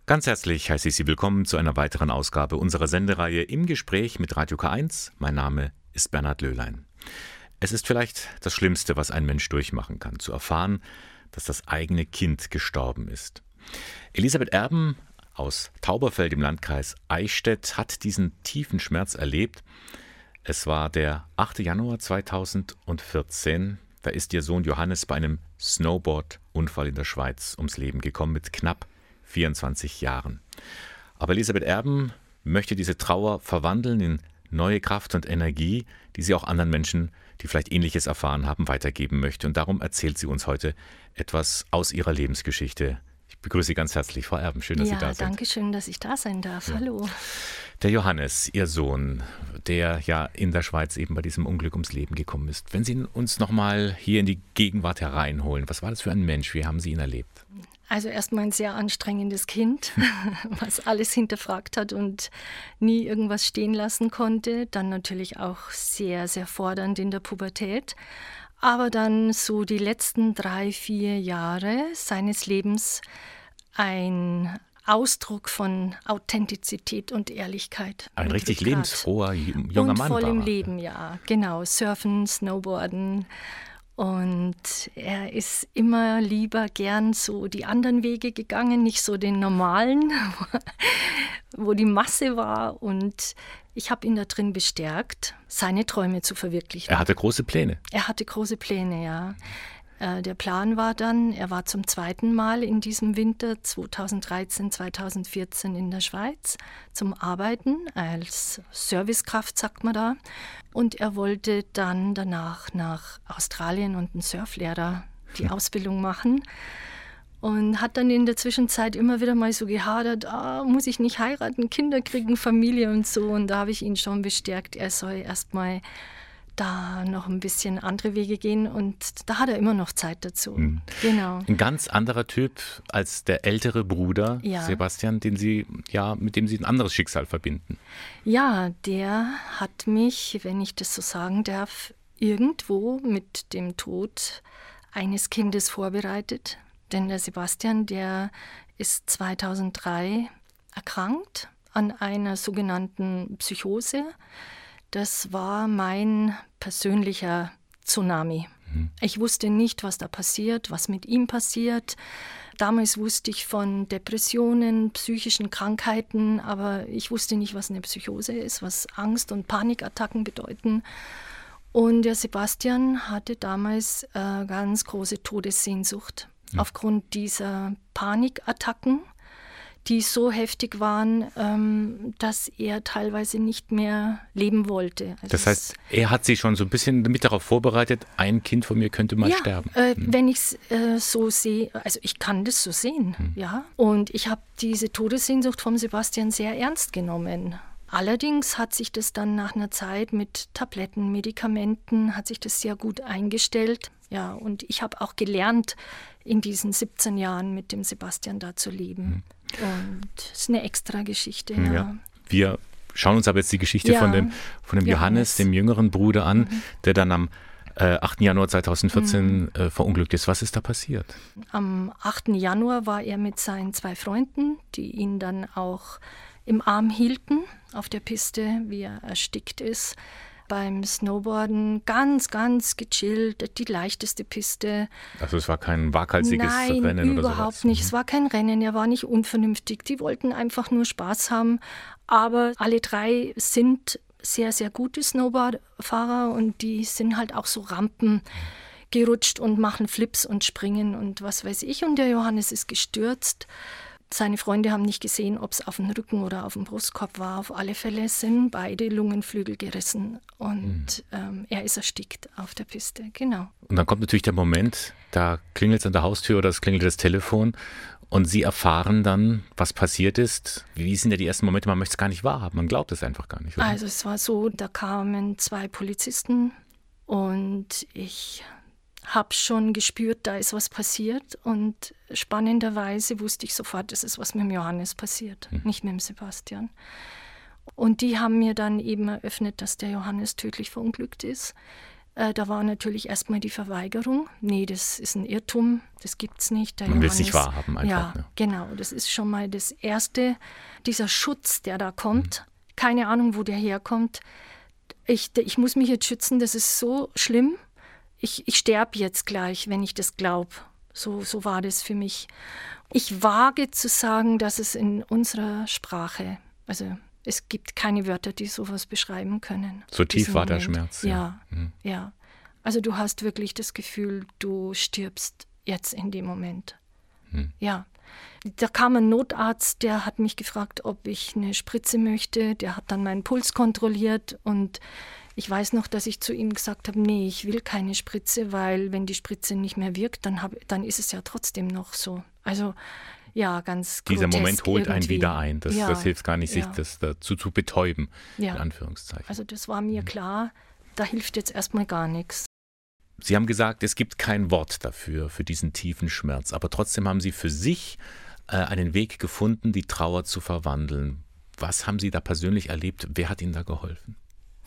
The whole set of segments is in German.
Ganz herzlich heiße ich Sie willkommen zu einer weiteren Ausgabe unserer Sendereihe Im Gespräch mit Radio K1. Mein Name ist Bernhard Löhlein. Es ist vielleicht das Schlimmste, was ein Mensch durchmachen kann, zu erfahren, dass das eigene Kind gestorben ist. Elisabeth Erben aus Tauberfeld im Landkreis Eichstätt hat diesen tiefen Schmerz erlebt. Es war der 8. Januar 2014. Da ist ihr Sohn Johannes bei einem Snowboard-Unfall in der Schweiz ums Leben gekommen mit knapp 24 Jahren. Aber Elisabeth Erben möchte diese Trauer verwandeln in neue Kraft und Energie, die sie auch anderen Menschen, die vielleicht Ähnliches erfahren haben, weitergeben möchte. Und darum erzählt sie uns heute etwas aus ihrer Lebensgeschichte. Ich begrüße Sie ganz herzlich, Frau Erben. Schön, dass Sie da sind. Ja, danke schön, dass ich da sein darf. Ja. Hallo. Der Johannes, Ihr Sohn, der ja in der Schweiz eben bei diesem Unglück ums Leben gekommen ist. Wenn Sie uns nochmal hier in die Gegenwart hereinholen, was war das für ein Mensch? Wie haben Sie ihn erlebt? Also erstmal ein sehr anstrengendes Kind, was alles hinterfragt hat und nie irgendwas stehen lassen konnte. Dann natürlich auch sehr, sehr fordernd in der Pubertät. Aber dann so die letzten 3-4 Jahre seines Lebens ein Ausdruck von Authentizität und Ehrlichkeit. Ein richtig lebensfroher junger Mann voll war. Im Leben, ja, genau. Surfen, Snowboarden. Und er ist immer lieber gern so die anderen Wege gegangen, nicht so den normalen, wo die Masse war. Und ich habe ihn da drin bestärkt, seine Träume zu verwirklichen. Er hatte große Pläne. Er hatte große Pläne, ja. Der Plan war dann, er war zum 2. Mal in diesem Winter 2013, 2014 in der Schweiz zum Arbeiten als Servicekraft, sagt man da. Und er wollte dann danach nach Australien und einen Surflehrer die Ausbildung machen. Und hat dann in der Zwischenzeit immer wieder mal so gehadert, muss ich nicht heiraten, Kinder kriegen, Familie und so. Und da habe ich ihn schon bestärkt, er soll erst mal da noch ein bisschen andere Wege gehen und da hat er immer noch Zeit dazu. Genau. Ein ganz anderer Typ als der ältere Bruder, Sebastian, mit dem Sie ein anderes Schicksal verbinden. Ja, der hat mich, wenn ich das so sagen darf, irgendwo mit dem Tod eines Kindes vorbereitet. Denn der Sebastian, der ist 2003 erkrankt an einer sogenannten Psychose. Das war mein persönlicher Tsunami. Ich wusste nicht, was da passiert, was mit ihm passiert. Damals wusste ich von Depressionen, psychischen Krankheiten, aber ich wusste nicht, was eine Psychose ist, was Angst- und Panikattacken bedeuten. Und der Sebastian hatte damals ganz große Todessehnsucht aufgrund dieser Panikattacken, die so heftig waren, dass er teilweise nicht mehr leben wollte. Also das heißt, er hat sich schon so ein bisschen damit darauf vorbereitet, ein Kind von mir könnte mal sterben. Wenn ich es so sehe, also ich kann das so sehen, ja. Und ich habe diese Todessehnsucht vom Sebastian sehr ernst genommen. Allerdings hat sich das dann nach einer Zeit mit Tabletten, Medikamenten, hat sich das sehr gut eingestellt. Ja, und ich habe auch gelernt, in diesen 17 Jahren mit dem Sebastian da zu leben. Und es ist eine extra Geschichte. Ja. Wir schauen uns aber jetzt die Geschichte von dem Johannes, dem jüngeren Bruder, an, der dann am 8. Januar 2014 verunglückt ist. Was ist da passiert? Am 8. Januar war er mit seinen 2 Freunden, die ihn dann auch im Arm hielten auf der Piste, wie er erstickt ist. Beim Snowboarden ganz, ganz gechillt, die leichteste Piste. Also es war kein waghalsiges Rennen oder sowas? Nein, überhaupt nicht. Es war kein Rennen, er war nicht unvernünftig. Die wollten einfach nur Spaß haben. Aber alle 3 sind sehr, sehr gute Snowboardfahrer und die sind halt auch so Rampen gerutscht und machen Flips und springen und was weiß ich. Und der Johannes ist gestürzt. Seine Freunde haben nicht gesehen, ob es auf dem Rücken oder auf dem Brustkorb war. Auf alle Fälle sind beide Lungenflügel gerissen und er ist erstickt auf der Piste, genau. Und dann kommt natürlich der Moment, da klingelt es an der Haustür oder es klingelt das Telefon und Sie erfahren dann, was passiert ist. Wie sind ja die ersten Momente? Man möchte es gar nicht wahrhaben, man glaubt es einfach gar nicht, oder? Also es war so, da kamen 2 Polizisten und ich habe schon gespürt, da ist was passiert und spannenderweise wusste ich sofort, es ist was mit dem Johannes passiert, nicht mit dem Sebastian. Und die haben mir dann eben eröffnet, dass der Johannes tödlich verunglückt ist. Da war natürlich erstmal die Verweigerung. Nee, das ist ein Irrtum, das gibt's nicht. Man will es nicht wahrhaben einfach. Ja, ne? Genau, das ist schon mal das Erste. Dieser Schutz, der da kommt, keine Ahnung, wo der herkommt. Ich muss mich jetzt schützen, das ist so schlimm. Ich sterbe jetzt gleich, wenn ich das glaube. So war das für mich. Ich wage zu sagen, dass es in unserer Sprache, also es gibt keine Wörter, die sowas beschreiben können. So tief war der Schmerz. Ja. Also du hast wirklich das Gefühl, du stirbst jetzt in dem Moment. Ja. Da kam ein Notarzt, der hat mich gefragt, ob ich eine Spritze möchte. Der hat dann meinen Puls kontrolliert und ich weiß noch, dass ich zu ihm gesagt habe, nee, ich will keine Spritze, weil wenn die Spritze nicht mehr wirkt, dann ist es ja trotzdem noch so. Also ja, ganz Dieser Moment holt einen irgendwie. wieder ein. Das hilft gar nicht, sich das dazu zu betäuben, in Anführungszeichen. Also das war mir klar, da hilft jetzt erstmal gar nichts. Sie haben gesagt, es gibt kein Wort dafür, für diesen tiefen Schmerz. Aber trotzdem haben Sie für sich einen Weg gefunden, die Trauer zu verwandeln. Was haben Sie da persönlich erlebt? Wer hat Ihnen da geholfen?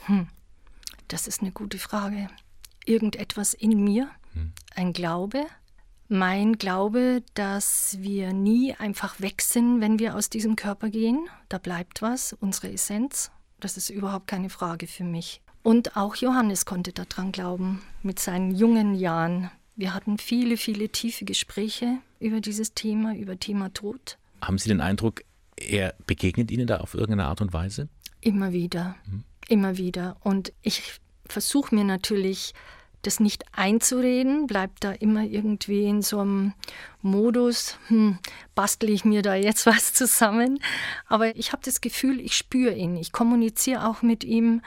Das ist eine gute Frage. Irgendetwas in mir, ein Glaube. Mein Glaube, dass wir nie einfach weg sind, wenn wir aus diesem Körper gehen. Da bleibt was, unsere Essenz. Das ist überhaupt keine Frage für mich. Und auch Johannes konnte daran glauben, mit seinen jungen Jahren. Wir hatten viele, viele tiefe Gespräche über dieses Thema, über Thema Tod. Haben Sie den Eindruck, er begegnet Ihnen da auf irgendeine Art und Weise? Immer wieder, immer wieder. Und ich versuche mir natürlich, das nicht einzureden, bleibt da immer irgendwie in so einem Modus, bastle ich mir da jetzt was zusammen. Aber ich habe das Gefühl, ich spüre ihn, ich kommuniziere auch mit ihm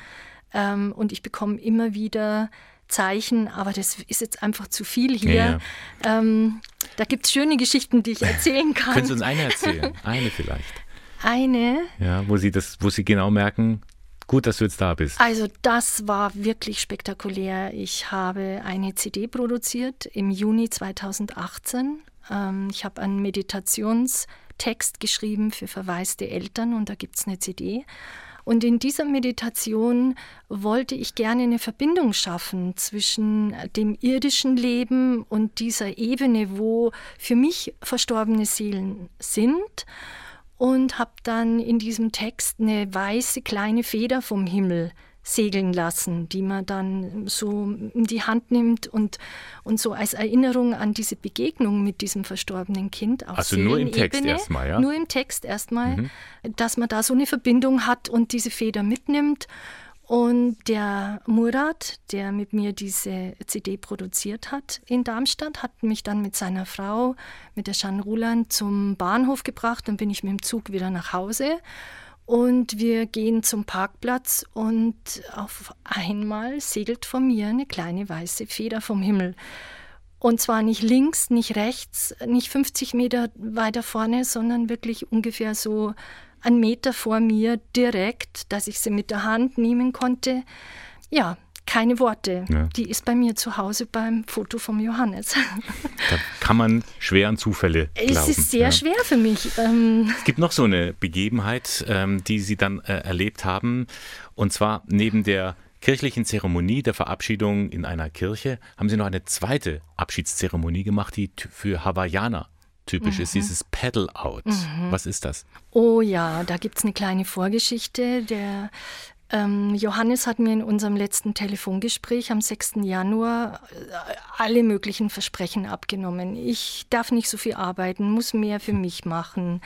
und ich bekomme immer wieder Zeichen, aber das ist jetzt einfach zu viel hier. Ja. Da gibt es schöne Geschichten, die ich erzählen kann. Können Sie uns eine erzählen? Eine vielleicht. Eine? Ja, wo Sie genau merken, gut, dass du jetzt da bist. Also das war wirklich spektakulär. Ich habe eine CD produziert im Juni 2018. Ich habe einen Meditationstext geschrieben für verwaiste Eltern und da gibt es eine CD. Und in dieser Meditation wollte ich gerne eine Verbindung schaffen zwischen dem irdischen Leben und dieser Ebene, wo für mich verstorbene Seelen sind. Und habe dann in diesem Text eine weiße kleine Feder vom Himmel segeln lassen, die man dann so in die Hand nimmt und so als Erinnerung an diese Begegnung mit diesem verstorbenen Kind auf Also nur im Text erstmal, ja? Nur im Text erstmal, dass man da so eine Verbindung hat und diese Feder mitnimmt. Und der Murat, der mit mir diese CD produziert hat in Darmstadt, hat mich dann mit seiner Frau, mit der Jeanne Ruland, zum Bahnhof gebracht. Dann bin ich mit dem Zug wieder nach Hause. Und wir gehen zum Parkplatz und auf einmal segelt von mir eine kleine weiße Feder vom Himmel. Und zwar nicht links, nicht rechts, nicht 50 Meter weiter vorne, sondern wirklich ungefähr so 1 Meter vor mir direkt, dass ich sie mit der Hand nehmen konnte. Ja, keine Worte. Ja. Die ist bei mir zu Hause beim Foto vom Johannes. Da kann man schwer an Zufälle glauben. Es ist sehr schwer für mich. Es gibt noch so eine Begebenheit, die Sie dann erlebt haben. Und zwar neben der kirchlichen Zeremonie der Verabschiedung in einer Kirche haben Sie noch eine zweite Abschiedszeremonie gemacht, die für Hawaiianer typisch ist, dieses Paddle-Out. Was ist das? Oh ja, da gibt es eine kleine Vorgeschichte. Der Johannes hat mir in unserem letzten Telefongespräch am 6. Januar alle möglichen Versprechen abgenommen. Ich darf nicht so viel arbeiten, muss mehr für mich machen.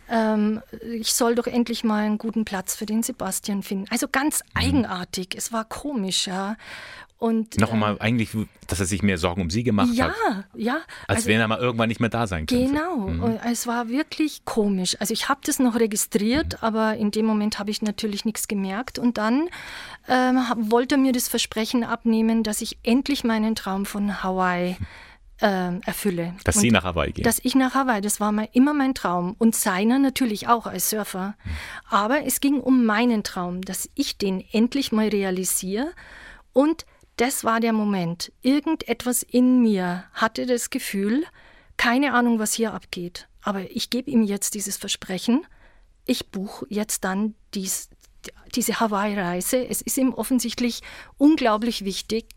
Ich soll doch endlich mal einen guten Platz für den Sebastian finden. Also ganz eigenartig, es war komisch, ja. Und, noch einmal eigentlich, dass er sich mehr Sorgen um Sie gemacht hat. Ja. Als wenn er mal irgendwann nicht mehr da sein könnte. Genau, es war wirklich komisch. Also ich habe das noch registriert, aber in dem Moment habe ich natürlich nichts gemerkt. Und dann wollte er mir das Versprechen abnehmen, dass ich endlich meinen Traum von Hawaii erfülle. Dass Sie nach Hawaii gehen. Dass ich nach Hawaii, das war immer mein Traum. Und seiner natürlich auch als Surfer. Aber es ging um meinen Traum, dass ich den endlich mal realisiere. Und das war der Moment. Irgendetwas in mir hatte das Gefühl, keine Ahnung, was hier abgeht. Aber ich gebe ihm jetzt dieses Versprechen. Ich buche jetzt dann diese Hawaii-Reise. Es ist ihm offensichtlich unglaublich wichtig.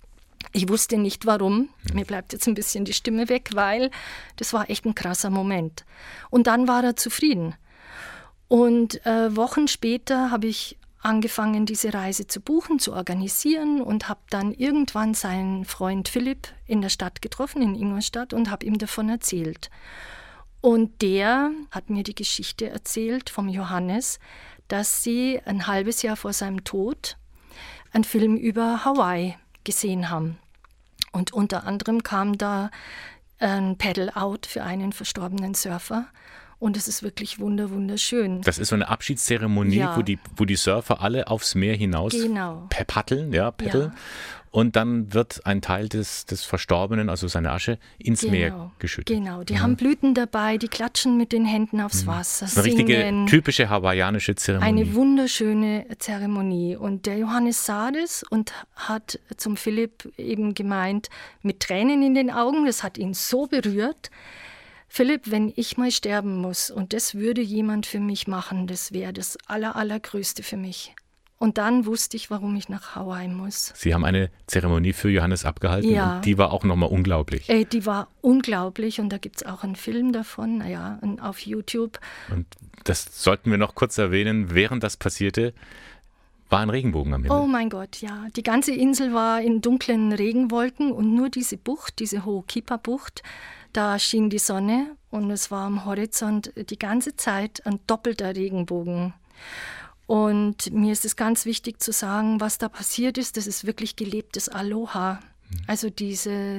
Ich wusste nicht warum. Mir bleibt jetzt ein bisschen die Stimme weg, weil das war echt ein krasser Moment. Und dann war er zufrieden. Und Wochen später habe ich angefangen, diese Reise zu buchen, zu organisieren und habe dann irgendwann seinen Freund Philipp in der Stadt getroffen, in Ingolstadt, und habe ihm davon erzählt. Und der hat mir die Geschichte erzählt vom Johannes, dass sie ein halbes Jahr vor seinem Tod einen Film über Hawaii gesehen haben. Und unter anderem kam da ein Paddle-Out für einen verstorbenen Surfer. Und es ist wirklich wunderschön. Das ist so eine Abschiedszeremonie, Ja. wo die Surfer alle aufs Meer hinaus paddeln. Ja. Und dann wird ein Teil des Verstorbenen, also seine Asche, ins Meer geschüttet. Genau, die haben Blüten dabei, die klatschen mit den Händen aufs Wasser, eine richtige, typische hawaiianische Zeremonie. Eine wunderschöne Zeremonie. Und der Johannes sah das und hat zum Philipp eben gemeint, mit Tränen in den Augen, das hat ihn so berührt: Philipp, wenn ich mal sterben muss und das würde jemand für mich machen, das wäre das Allergrößte für mich. Und dann wusste ich, warum ich nach Hawaii muss. Sie haben eine Zeremonie für Johannes abgehalten, ja. Und die war auch nochmal unglaublich. Die war unglaublich und da gibt es auch einen Film davon, auf YouTube. Und das sollten wir noch kurz erwähnen, während das passierte, war ein Regenbogen am Himmel. Oh mein Gott, ja. Die ganze Insel war in dunklen Regenwolken und nur diese Bucht, diese Ho'okipa-Bucht, da schien die Sonne und es war am Horizont die ganze Zeit ein doppelter Regenbogen. Und mir ist es ganz wichtig zu sagen, was da passiert ist, das ist wirklich gelebtes Aloha. Also diese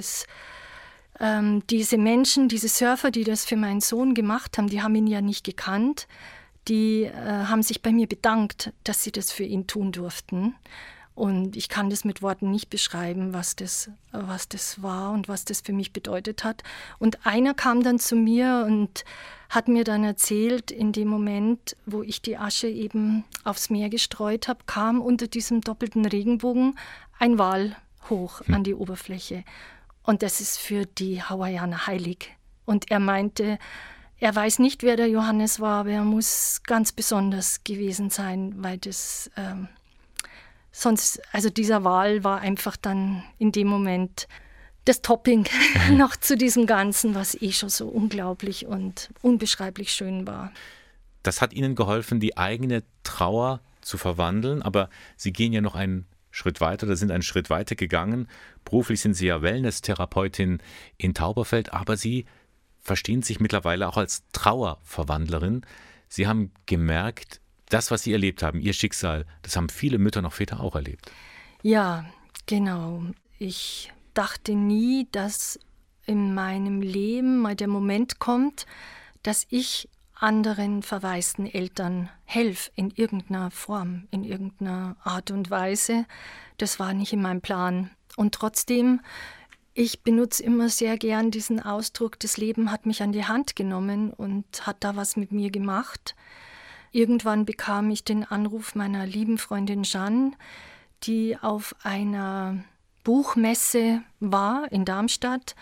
Menschen, diese Surfer, die das für meinen Sohn gemacht haben, die haben ihn ja nicht gekannt. Die haben sich bei mir bedankt, dass sie das für ihn tun durften. Und ich kann das mit Worten nicht beschreiben, was das war und was das für mich bedeutet hat. Und einer kam dann zu mir und hat mir dann erzählt, in dem Moment, wo ich die Asche eben aufs Meer gestreut habe, kam unter diesem doppelten Regenbogen ein Wal hoch an die Oberfläche. Und das ist für die Hawaiianer heilig. Und er meinte, er weiß nicht, wer der Johannes war, aber er muss ganz besonders gewesen sein, weil das sonst, also dieser Wal war einfach dann in dem Moment das Topping noch zu diesem Ganzen, was schon so unglaublich und unbeschreiblich schön war. Das hat Ihnen geholfen, die eigene Trauer zu verwandeln, aber Sie gehen ja noch einen Schritt weiter oder sind einen Schritt weiter gegangen. Beruflich sind Sie ja Wellness-Therapeutin in Tauberfeld, aber Sie verstehen sich mittlerweile auch als Trauerverwandlerin. Sie haben gemerkt, das, was Sie erlebt haben, Ihr Schicksal, das haben viele Mütter noch Väter auch erlebt. Ja, genau. Ich dachte nie, dass in meinem Leben mal der Moment kommt, dass ich anderen verwaisten Eltern helfe in irgendeiner Form, in irgendeiner Art und Weise. Das war nicht in meinem Plan. Und trotzdem, ich benutze immer sehr gern diesen Ausdruck, das Leben hat mich an die Hand genommen und hat da was mit mir gemacht. Irgendwann bekam ich den Anruf meiner lieben Freundin Jeanne, die auf einer Buchmesse war in Darmstadt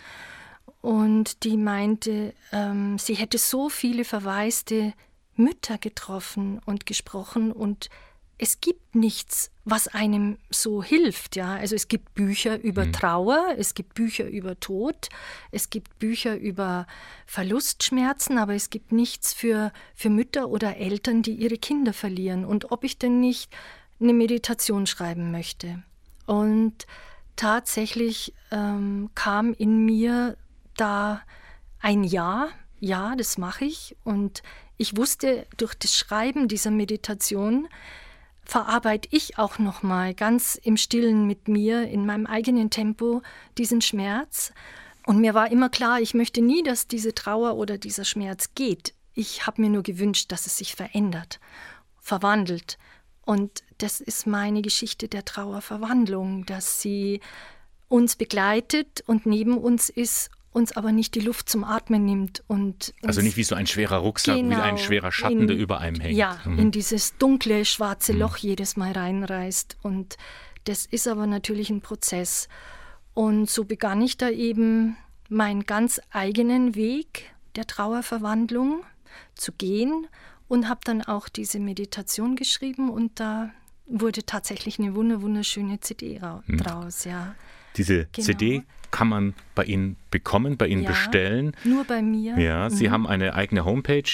und die meinte, sie hätte so viele verwaiste Mütter getroffen und gesprochen und es gibt nichts, was einem so hilft. Ja? Also es gibt Bücher über Trauer, es gibt Bücher über Tod, es gibt Bücher über Verlustschmerzen, aber es gibt nichts für Mütter oder Eltern, die ihre Kinder verlieren. Und ob ich denn nicht eine Meditation schreiben möchte. Und tatsächlich kam in mir da ein Ja, das mache ich. Und ich wusste, durch das Schreiben dieser Meditation verarbeite ich auch nochmal ganz im Stillen mit mir, in meinem eigenen Tempo, diesen Schmerz. Und mir war immer klar, ich möchte nie, dass diese Trauer oder dieser Schmerz geht. Ich habe mir nur gewünscht, dass es sich verändert, verwandelt. Und das ist meine Geschichte der Trauerverwandlung, dass sie uns begleitet und neben uns ist, uns aber nicht die Luft zum Atmen nimmt. Also nicht wie so ein schwerer Rucksack, wie ein schwerer Schatten, der über einem hängt. Ja, in dieses dunkle, schwarze Loch jedes Mal reinreißt. Und das ist aber natürlich ein Prozess. Und so begann ich da eben meinen ganz eigenen Weg der Trauerverwandlung zu gehen und habe dann auch diese Meditation geschrieben und da wurde tatsächlich eine wunderschöne CD draus, ja. Diese CD kann man bei Ihnen bekommen, bei Ihnen bestellen. Nur bei mir. Ja, Sie haben eine eigene Homepage,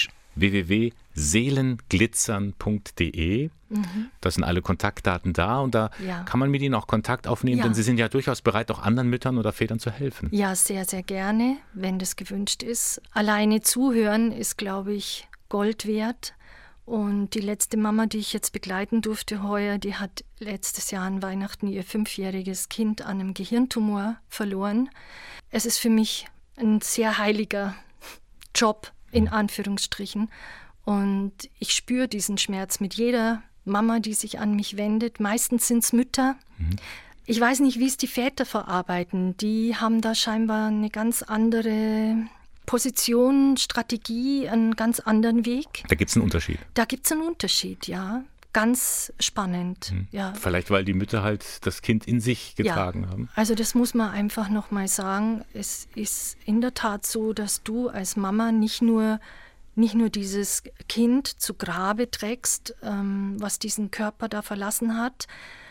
www.seelenglitzern.de. Da sind alle Kontaktdaten da und da kann man mit Ihnen auch Kontakt aufnehmen, denn Sie sind ja durchaus bereit, auch anderen Müttern oder Vätern zu helfen. Ja, sehr, sehr gerne, wenn das gewünscht ist. Alleine zuhören ist, glaube ich, Gold wert. Und die letzte Mama, die ich jetzt begleiten durfte heuer, die hat letztes Jahr an Weihnachten ihr 5-jähriges Kind an einem Gehirntumor verloren. Es ist für mich ein sehr heiliger Job, in Anführungsstrichen. Und ich spüre diesen Schmerz mit jeder Mama, die sich an mich wendet. Meistens sind es Mütter. Ich weiß nicht, wie es die Väter verarbeiten. Die haben da scheinbar eine ganz andere Position, Strategie, einen ganz anderen Weg. Da gibt es einen Unterschied. Da gibt es einen Unterschied, ja. Ganz spannend. Ja. Vielleicht, weil die Mütter halt das Kind in sich getragen haben. Also das muss man einfach nochmal sagen. Es ist in der Tat so, dass du als Mama nicht nur dieses Kind zu Grabe trägst, was diesen Körper da verlassen hat,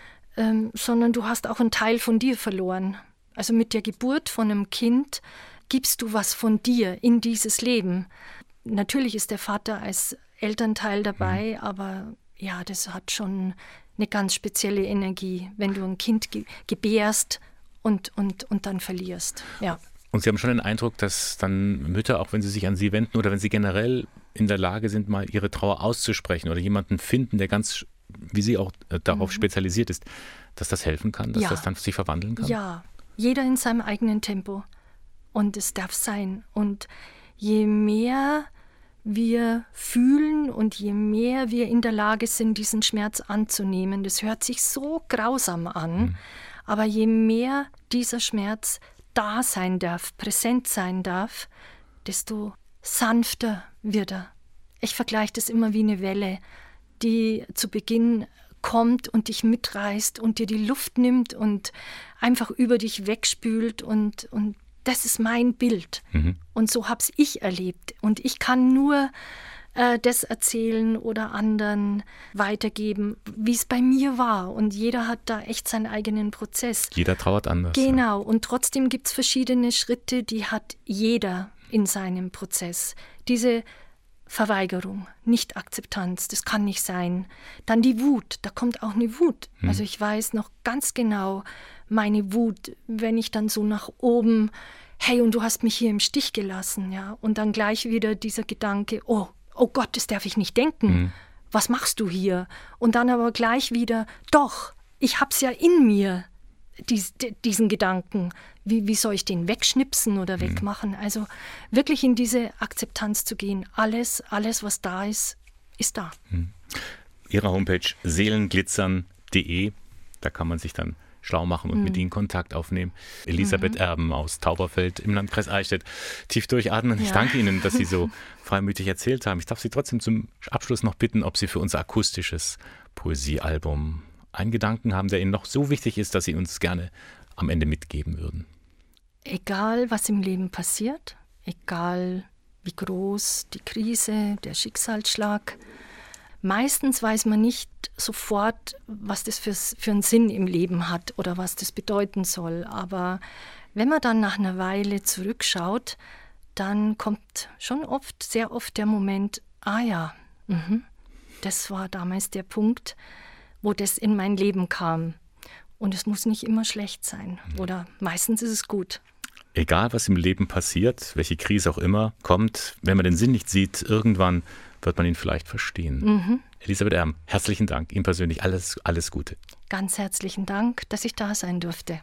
sondern du hast auch einen Teil von dir verloren. Also mit der Geburt von einem Kind gibst du was von dir in dieses Leben. Natürlich ist der Vater als Elternteil dabei, aber ja, das hat schon eine ganz spezielle Energie, wenn du ein Kind gebärst und dann verlierst. Ja. Und Sie haben schon den Eindruck, dass dann Mütter, auch wenn sie sich an Sie wenden oder wenn sie generell in der Lage sind, mal ihre Trauer auszusprechen oder jemanden finden, der ganz, wie Sie auch darauf spezialisiert ist, dass das helfen kann, dass das dann sich verwandeln kann? Ja, jeder in seinem eigenen Tempo. Und es darf sein. Und je mehr wir fühlen und je mehr wir in der Lage sind, diesen Schmerz anzunehmen, das hört sich so grausam an, aber je mehr dieser Schmerz da sein darf, präsent sein darf, desto sanfter wird er. Ich vergleiche das immer wie eine Welle, die zu Beginn kommt und dich mitreißt und dir die Luft nimmt und einfach über dich wegspült und das ist mein Bild. Und so habe ich erlebt. Und ich kann nur das erzählen oder anderen weitergeben, wie es bei mir war. Und jeder hat da echt seinen eigenen Prozess. Jeder trauert anders. Genau. Und trotzdem gibt es verschiedene Schritte, die hat jeder in seinem Prozess. Diese Verweigerung, Nicht-Akzeptanz, das kann nicht sein. Dann die Wut, da kommt auch eine Wut. Also ich weiß noch ganz genau meine Wut, wenn ich dann so nach oben, hey, und du hast mich hier im Stich gelassen, ja. Und dann gleich wieder dieser Gedanke, oh Gott, das darf ich nicht denken. Was machst du hier? Und dann aber gleich wieder, doch, ich hab's ja in mir, diesen Gedanken. Wie soll ich den wegschnipsen oder wegmachen? Also wirklich in diese Akzeptanz zu gehen. Alles, was da ist, ist da. Ihre Homepage seelenglitzern.de, da kann man sich dann schlau machen und mit Ihnen Kontakt aufnehmen. Elisabeth Erben aus Tauberfeld im Landkreis Eichstätt. Tief durchatmen. Ich danke Ihnen, dass Sie so freimütig erzählt haben. Ich darf Sie trotzdem zum Abschluss noch bitten, ob Sie für unser akustisches Poesiealbum einen Gedanken haben, der Ihnen noch so wichtig ist, dass Sie uns gerne am Ende mitgeben würden. Egal, was im Leben passiert, egal wie groß die Krise, der Schicksalsschlag, meistens weiß man nicht sofort, was das für einen Sinn im Leben hat oder was das bedeuten soll. Aber wenn man dann nach einer Weile zurückschaut, dann kommt schon sehr oft der Moment, das war damals der Punkt, wo das in mein Leben kam. Und es muss nicht immer schlecht sein. Oder meistens ist es gut. Egal, was im Leben passiert, welche Krise auch immer kommt, wenn man den Sinn nicht sieht, irgendwann wird man ihn vielleicht verstehen. Elisabeth Erben, herzlichen Dank. Ihnen persönlich alles Gute. Ganz herzlichen Dank, dass ich da sein durfte.